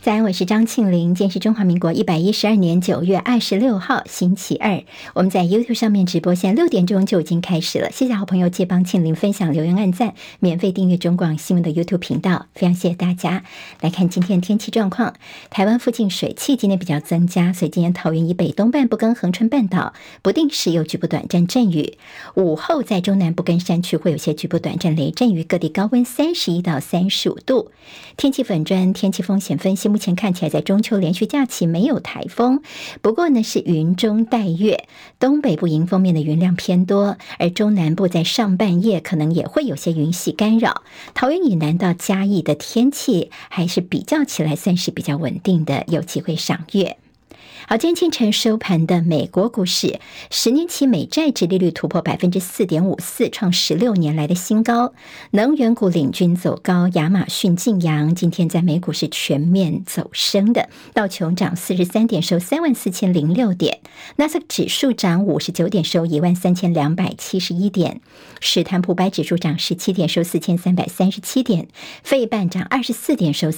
早安，我是张庆玲。今天是中华民国112年9月26号，星期二。我们在 YouTube 上面直播，现在6点钟就已经开始了。谢谢好朋友借帮庆玲分享、留言、按赞，免费订阅中广新闻的 YouTube 频道，非常谢谢大家。来看今天天气状况，台湾附近水汽今天比较增加，所以今天桃园以北东半部跟恒春半岛不定时有局部短暂阵雨。午后在中南部跟山区会有些局部短暂雷阵雨，各地高温31到35度。天气粉专天气风险分析，目前看起来在中秋连续假期没有台风，不过呢是云中带月，东北部迎风面的云量偏多，而中南部在上半夜可能也会有些云系干扰。桃园以南到嘉义的天气还是比较起来算是比较稳定的，有机会赏月。好，今天清晨收盘的美国股市，10年期美债殖利率突破 4.54%， 创16年来的新高。能源股领军走高，亚马逊劲扬，今天在美股是全面走升的。道琼涨43点，收34006点；纳斯达克指数涨59点，收13271点；史坦普百指数涨17点，收4337点；费半涨24点，收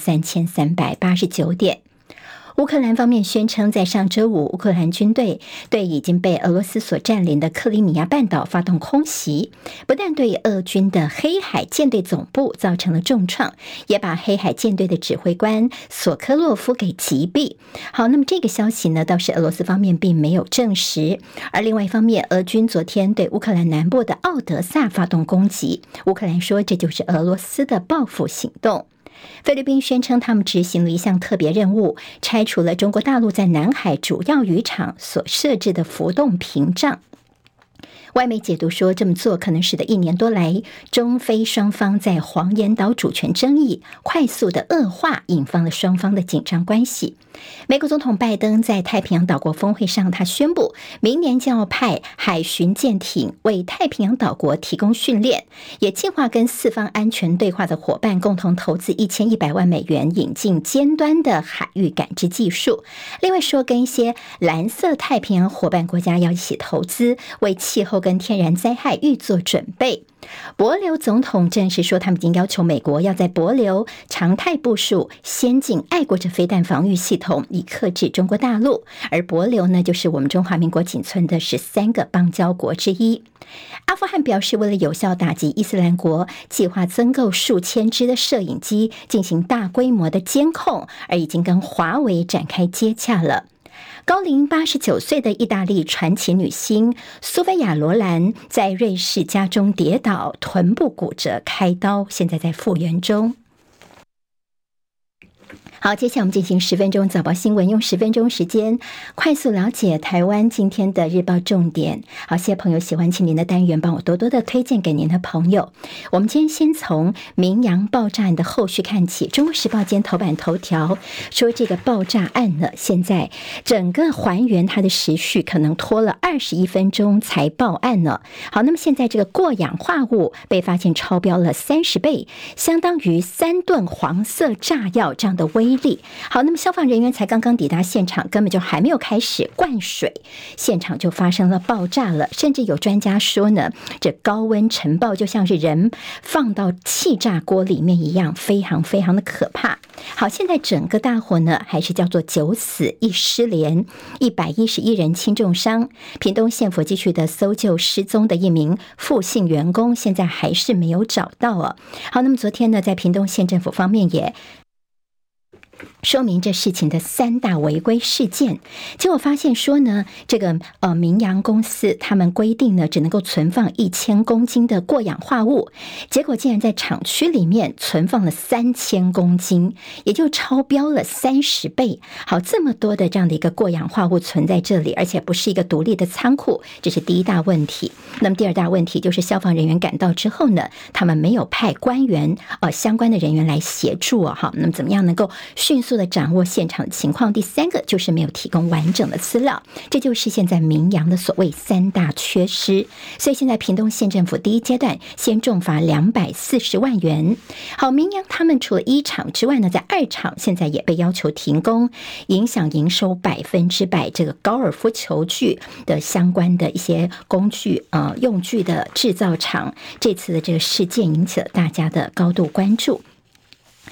3389点。乌克兰方面宣称，在上周五，乌克兰军队对已经被俄罗斯所占领的克里米亚半岛发动空袭，不但对俄军的黑海舰队总部造成了重创，也把黑海舰队的指挥官索科洛夫给击毙。好，那么这个消息呢，倒是俄罗斯方面并没有证实。而另外一方面，俄军昨天对乌克兰南部的奥德萨发动攻击，乌克兰说这就是俄罗斯的报复行动。菲律宾宣称他们执行了一项特别任务，拆除了中国大陆在南海主要渔场所设置的浮动屏障。外媒解读说，这么做可能使得1年多来中非双方在黄岩岛主权争议快速的恶化，引发了双方的紧张关系。美国总统拜登在太平洋岛国峰会上，他宣布明年将要派海巡舰艇为太平洋岛国提供训练，也计划跟四方安全对话的伙伴共同投资1100万美元，引进尖端的海域感知技术。另外说，跟一些蓝色太平洋伙伴国家要一起投资，为气候跟天然灾害预做准备。帛琉总统证实说，他们已经要求美国要在帛琉常态部署先进爱国者飞弹防御系统，以克制中国大陆。而帛琉呢，就是我们中华民国仅存的13个邦交国之一。阿富汗表示，为了有效打击伊斯兰国，计划增购数千只的摄影机，进行大规模的监控，而已经跟华为展开接洽了。高龄89岁的意大利传奇女星苏菲亚·罗兰在瑞士家中跌倒，臀部骨折开刀，现在在复原中。好，接下来我们进行10分钟早报新闻，用10分钟时间快速了解台湾今天的日报重点。好，谢谢朋友喜欢请您的单元帮我多多的推荐给您的朋友。我们今天先从明阳爆炸案的后续看起。中国时报今天头版头条说，这个爆炸案呢，现在整个还原它的时序可能拖了21分钟才报案呢。好，那么现在这个过氧化物被发现超标了30倍，相当于3吨黄色炸药这样的威力。好，那么消防人员才刚刚抵达现场，根本就还没有开始灌水，现场就发生了爆炸了。甚至有专家说呢，这高温尘爆就像是人放到气炸锅里面一样，非常非常的可怕。好，现在整个大火呢，还是叫做9死1失联，111人轻重伤。屏东县府继续的搜救失踪的一名复姓员工，现在还是没有找到哦。好，那么昨天呢，在屏东县政府方面也说明这事情的3大违规事件，结果发现说呢，这个明阳公司他们规定呢，只能够存放1000公斤的过氧化物，结果竟然在厂区里面存放了3000公斤，也就超标了30倍。好，这么多的这样的一个过氧化物存在这里，而且不是一个独立的仓库，这是第一大问题。那么第二大问题就是消防人员赶到之后呢，他们没有派官员相关的人员来协助好，那么怎么样能够迅速的掌握现场的情况？第3个就是没有提供完整的资料，这就是现在明阳的所谓3大缺失。所以现在屏东县政府第一阶段先重罚240万元。好，明阳他们除了1厂之外呢，在2厂现在也被要求停工，影响营收100%。这个高尔夫球具的相关的一些工具用具的制造厂，这次的这个事件引起了大家的高度关注。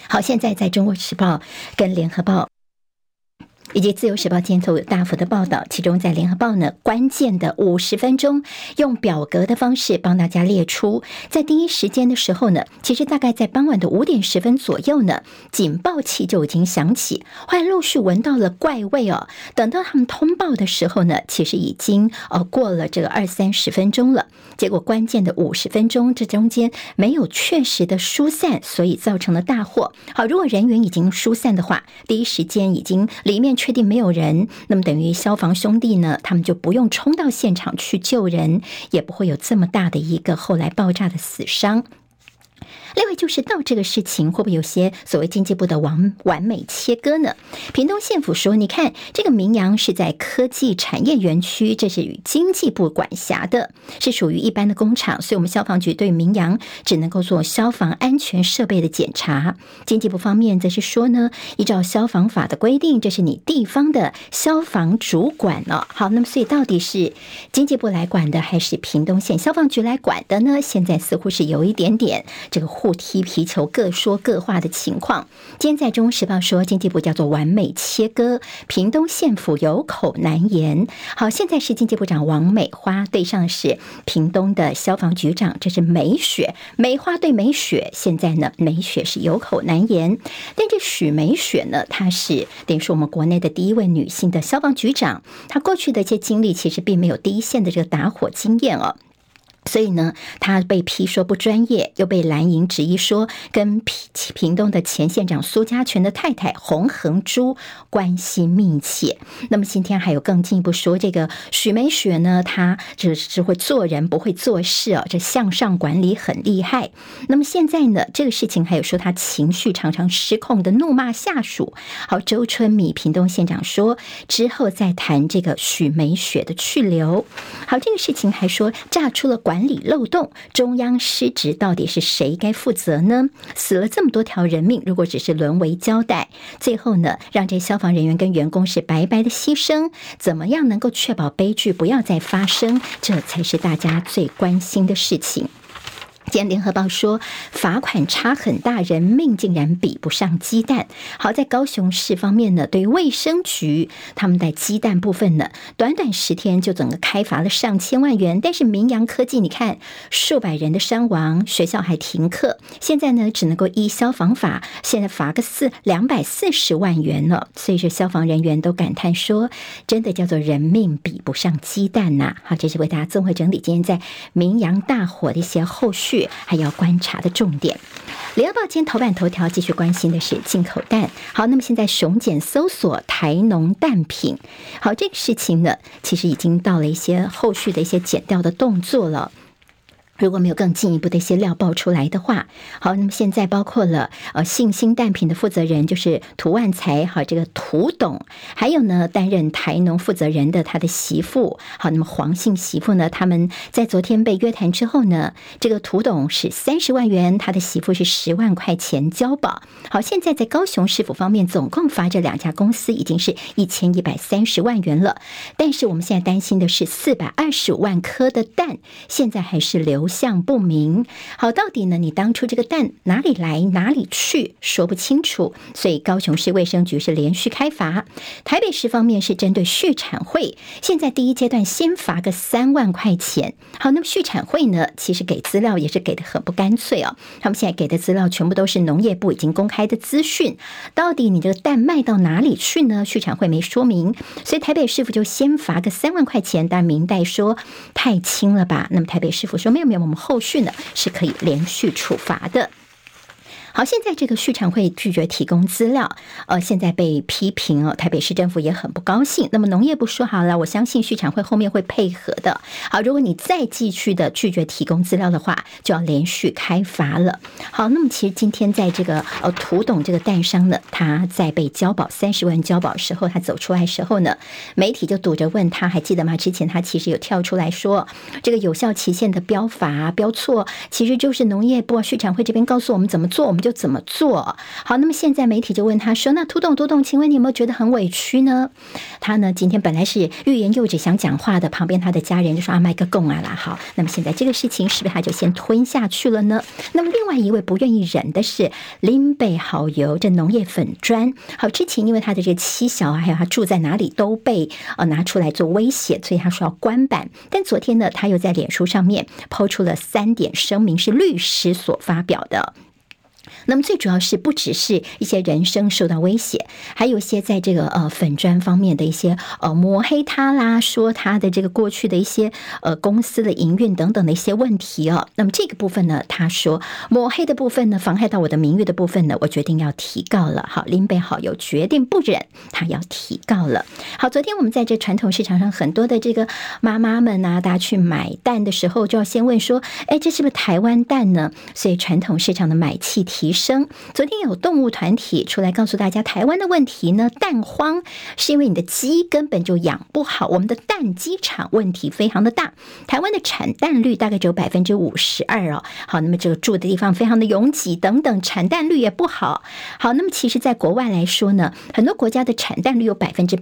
好，现在在中国时报跟联合报以及自由时报今天都有大幅的报道，其中在联合报呢，关键的50分钟用表格的方式帮大家列出，在第一时间的时候呢，其实大概在傍晚的5点10分左右呢，警报器就已经响起，后来陆续闻到了怪味哦。等到他们通报的时候呢，其实已经过了这个20-30分钟了，结果关键的50分钟这中间没有确实的疏散，所以造成了大祸。好，如果人员已经疏散的话，第一时间已经里面确定没有人，那么等于消防兄弟呢，他们就不用冲到现场去救人，也不会有这么大的一个后来爆炸的死伤。另外就是到这个事情会不会有些所谓经济部的完美切割呢？屏东县府说，你看这个明阳是在科技产业园区，这是与经济部管辖的，是属于一般的工厂，所以我们消防局对明阳只能够做消防安全设备的检查。经济部方面则是说呢，依照消防法的规定，这是你地方的消防主管哦。好，那么所以到底是经济部来管的，还是屏东县消防局来管的呢？现在似乎是有一点点这个互踢皮球，各说各话的情况。今天在《中国时报》说，经济部叫做完美切割，屏东县府有口难言。好，现在是经济部长王美花对上是屏东的消防局长，这是美雪，美花对美雪。现在呢，美雪是有口难言，但这许美雪呢，她是等于说我们国内的第一位女性的消防局长，她过去的一些经历其实并没有第一线的这个打火经验哦。所以呢，他被批说不专业，又被蓝营质疑说跟屏东的前县长苏家全的太太洪恒珠关系密切。那么今天还有更进一步说，这个许美雪呢，她只会做人不会做事哦，这向上管理很厉害。那么现在呢，这个事情还有说她情绪常常失控的怒骂下属。好，周春米屏东县长说之后再谈这个许美雪的去留。好，这个事情还说炸出了管理漏洞，中央失职，到底是谁该负责呢？死了这么多条人命，如果只是沦为交代，最后呢，让这消防人员跟员工是白白的牺牲，怎么样能够确保悲剧不要再发生？这才是大家最关心的事情。今天联合报说，罚款差很大，人命竟然比不上鸡蛋。好，在高雄市方面呢，对于卫生局他们在鸡蛋部分呢，短短10天就整个开罚了上千万元。但是明阳科技，你看数百人的伤亡，学校还停课，现在呢只能够依消防法，现在罚个240万元了。所以说消防人员都感叹说，真的叫做人命比不上鸡蛋呐。好，这是为大家综合整理今天在明阳大火的一些后续还要观察的重点。联合报今天头版头条继续关心的是进口蛋。好，那么现在雄检搜索台农蛋品。好，这个事情呢，其实已经到了一些后续的一些检调的动作了。如果没有更进一步的一些料爆出来的话，好，那么现在包括了信兴蛋品的负责人就是涂万才，好，这个涂董，还有呢担任台农负责人的他的媳妇，好，那么黄姓媳妇呢，他们在昨天被约谈之后呢，这个涂董是30万元，他的媳妇是10万块钱交保。好，现在在高雄市府方面总共罚这2家公司已经是1130万元了，但是我们现在担心的是425万颗的蛋，现在还是流向不明。好，到底呢，你当初这个蛋哪里来哪里去说不清楚，所以高雄市卫生局是连续开罚。台北市方面是针对畜产会，现在第一阶段先罚个3万块钱。好，那么畜产会呢，其实给资料也是给的很不干脆哦，他们现在给的资料全部都是农业部已经公开的资讯，到底你这个蛋卖到哪里去呢？畜产会没说明，所以台北市府就先罚个3万块钱，但民代说太轻了吧，那么台北市府说没有，我们后续呢是可以连续处罚的。好，现在这个畜产会拒绝提供资料，现在被批评台北市政府也很不高兴。那么农业部说好了，我相信畜产会后面会配合的。好，如果你再继续的拒绝提供资料的话，就要连续开罚了。好，那么其实今天在这个涂董这个蛋商呢，他在被交保30万交保的时候，他走出来的时候呢，媒体就堵着问他，还记得吗？之前他其实有跳出来说，这个有效期限的标罚标错，其实就是农业部畜产会这边告诉我们怎么做，我们就怎么做。好，那么现在媒体就问他说，那涂董，请问你有没有觉得很委屈呢？他呢今天本来是欲言又止想讲话的，旁边他的家人就说麦克贡啊啦。好，那么现在这个事情是不是他就先吞下去了呢？那么另外一位不愿意忍的是林北好友这农业粉专。好，之前因为他的这个妻小还有他住在哪里都被拿出来做威胁，所以他说要关版。但昨天呢，他又在脸书上面抛出了3点声明，是律师所发表的。那么最主要是不只是一些人身受到威胁，还有一些在这个粉专方面的一些抹黑他啦，说他的这个过去的一些公司的营运等等的一些问题哦。那么这个部分呢，他说抹黑的部分呢，妨害到我的名誉的部分呢，我决定要提告了。好，林北好友决定不忍，他要提告了。好，昨天我们在这传统市场上很多的这个妈妈们啊，大家去买蛋的时候就要先问说，这是不是台湾蛋呢？所以传统市场的买气提升。昨天有动物团体出来告诉大家，台湾的问题呢，蛋荒是因为你的鸡根本就养不好，我们的蛋鸡场问题非常的大，台湾的产蛋率大概只有52%哦。好，那么这个住的地方非常的拥挤等等，产蛋率也不好。好，那么其实在国外来说呢，很多国家的产蛋率有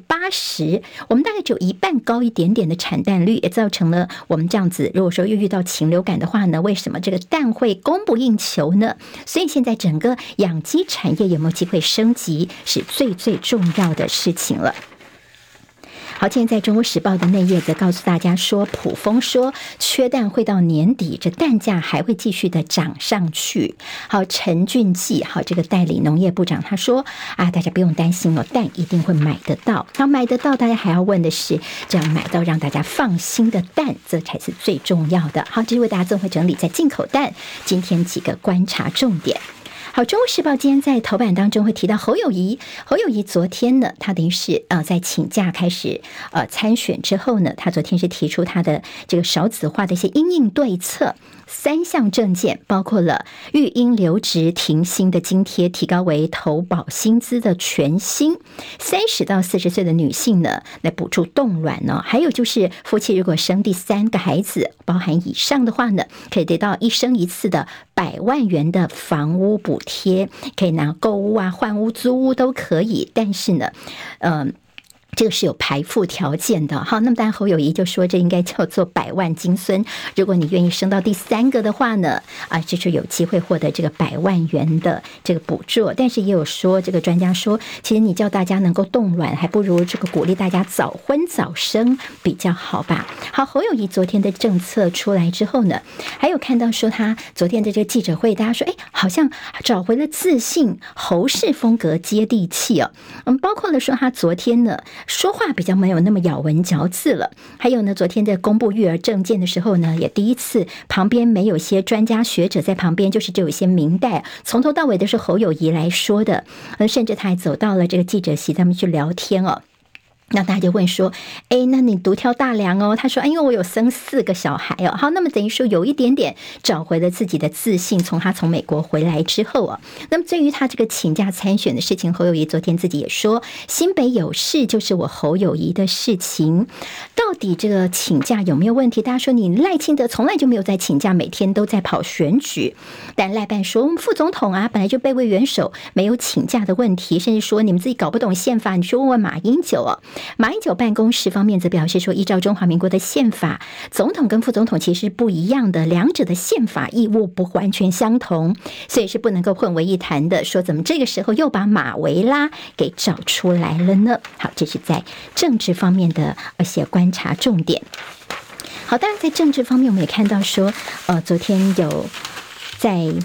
80%，我们大概只有一半高一点点的产蛋率，也造成了我们这样子，如果说又遇到禽流感的话呢，为什么这个蛋会供不应求呢？所以现在整个养鸡产业有没有机会升级，是最重要的事情了。好，今天在中国时报的内页则告诉大家说，普丰说缺蛋会到年底，这蛋价还会继续的涨上去。好，陈俊记，好，这个代理农业部长他说啊，大家不用担心哦，蛋一定会买得到。那买得到，大家还要问的是，这样买到让大家放心的蛋，这才是最重要的。好，这是为大家综合整理在进口蛋今天几个观察重点。好，《中国时报》今天在头版当中会提到侯友宜昨天呢，他等于是在请假开始参选之后呢，他昨天是提出他的这个少子化的一些因应对策，3项政见，包括了育婴留职停薪的津贴提高为投保薪资的全薪，30到40岁的女性呢来补助冻卵呢，还有就是夫妻如果生第3个孩子，包含以上的话呢，可以得到一生一次的100万元的房屋补贴，可以拿购屋啊、换屋、租屋都可以，但是呢，这个是有排富条件的。好，那么当然侯友宜就说这应该叫做100万金孙，如果你愿意生到第3个的话呢，就是有机会获得这个100万元的这个补助。但是也有说，这个专家说，其实你叫大家能够冻卵，还不如这个鼓励大家早婚早生比较好吧。好，侯友宜昨天的政策出来之后呢，还有看到说他昨天的这个记者会，大家说好像找回了自信，侯氏风格接地气哦。包括了说他昨天呢说话比较没有那么咬文嚼字了，还有呢，昨天在公布育儿政见的时候呢，也第一次旁边没有些专家学者在旁边，就是只有一些明代，从头到尾都是侯友宜来说的，甚至他还走到了这个记者席，他们去聊天哦。那大家就问说，那你独挑大梁哦？他说，因为我有生4个小孩哦。好，那么等于说有一点点找回了自己的自信，他从美国回来之后啊。那么至于他这个请假参选的事情，侯友宜昨天自己也说，新北有事就是我侯友宜的事情。到底这个请假有没有问题？大家说你赖清德从来就没有在请假，每天都在跑选举。但赖办说，我们副总统啊本来就备位元首，没有请假的问题，甚至说你们自己搞不懂宪法，你去问问马英九哦。马英九办公室方面则表示说，依照中华民国的宪法，总统跟副总统其实不一样的，两者的宪法义务不完全相同，所以是不能够混为一谈的。说怎么这个时候又把马维拉给找出来了呢？好，这是在政治方面的一些观察重点。好，当然在政治方面我们也看到说，昨天有在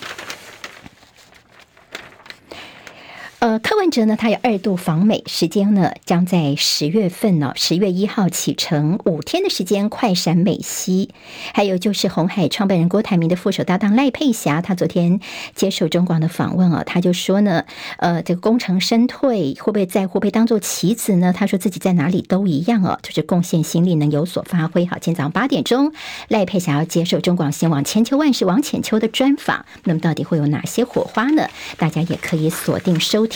柯文哲呢，他有2度访美，时间呢将在10月份10月1号启程，5天的时间快闪美西。还有就是鸿海创办人郭台铭的副手搭档赖佩霞，他昨天接受中广的访问他就说呢，这个功成身退会不会当做棋子呢？他说自己在哪里都一样就是贡献心力能有所发挥。好，今天早上8点钟，赖佩霞要接受中广新闻千秋万世王浅秋的专访，那么到底会有哪些火花呢？大家也可以锁定收听。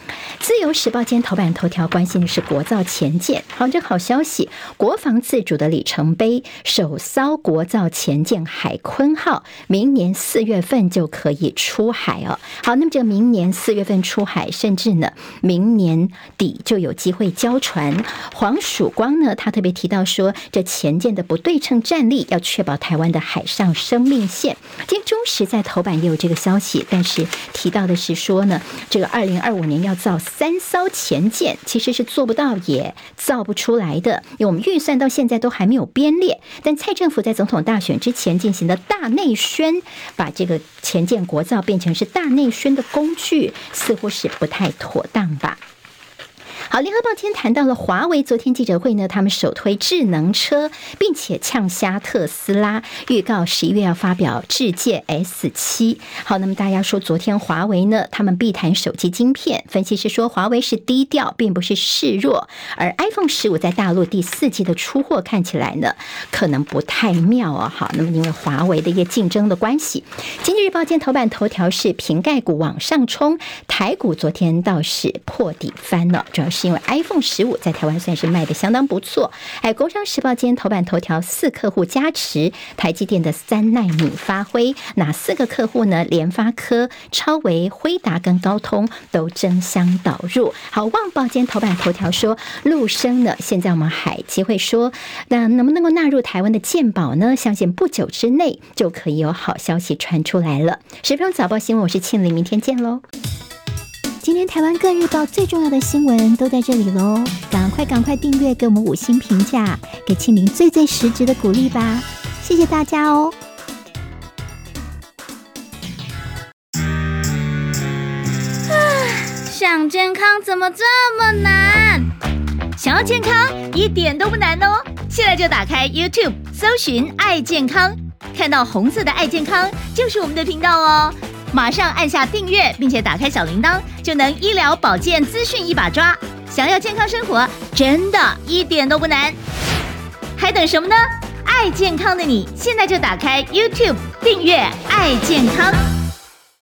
自由时报今天头版头条关心的是国造潜舰，好，这好消息，国防自主的里程碑，首艘国造潜舰海鲲号明年4月份就可以出海哦。好，那么这个明年4月份出海，甚至呢明年底就有机会交船。黄曙光呢，他特别提到说，这潜舰的不对称战力要确保台湾的海上生命线。今天中时在头版也有这个消息，但是提到的是说呢，这个2025年要造3艘潜舰，其实是做不到也造不出来的，因为我们预算到现在都还没有编列。但蔡政府在总统大选之前进行的大内宣，把这个潜舰国造变成是大内宣的工具，似乎是不太妥当吧。好，联合报今天谈到了华为，昨天记者会呢，他们首推智能车，并且呛瞎特斯拉，预告11月要发表智界 S7。好，那么大家说昨天华为呢，他们必谈手机晶片，分析师说华为是低调，并不是示弱，而 iPhone 15在大陆第4季的出货看起来呢，可能不太妙哦。好，那么因为华为的一些竞争的关系，经济日报今天头版头条是瓶盖股往上冲，台股昨天倒是破底翻了，主要是因为 iPhone 15在台湾算是卖的相当不错。还有工商时报今天头版头条4客户加持台积电的3奈米发挥，哪4个客户呢？联发科、超微、辉达跟高通都争相导入。好，旺报今天头版头条说陆生呢，现在我们还机会说，那能不能够纳入台湾的健保呢？相信不久之内就可以有好消息传出来了。10分钟早报新闻，我是庆玲，明天见喽。今天台湾各日报最重要的新闻都在这里喽，赶快订阅，给我们5星评价，给庆玲最实质的鼓励吧，谢谢大家哦。 想健康怎么这么难？想要健康一点都不难哦，现在就打开 YouTube 搜寻爱健康，看到红色的爱健康就是我们的频道哦。马上按下订阅，并且打开小铃铛，就能医疗保健资讯一把抓。想要健康生活，真的一点都不难，还等什么呢？爱健康的你，现在就打开 YouTube 订阅爱健康。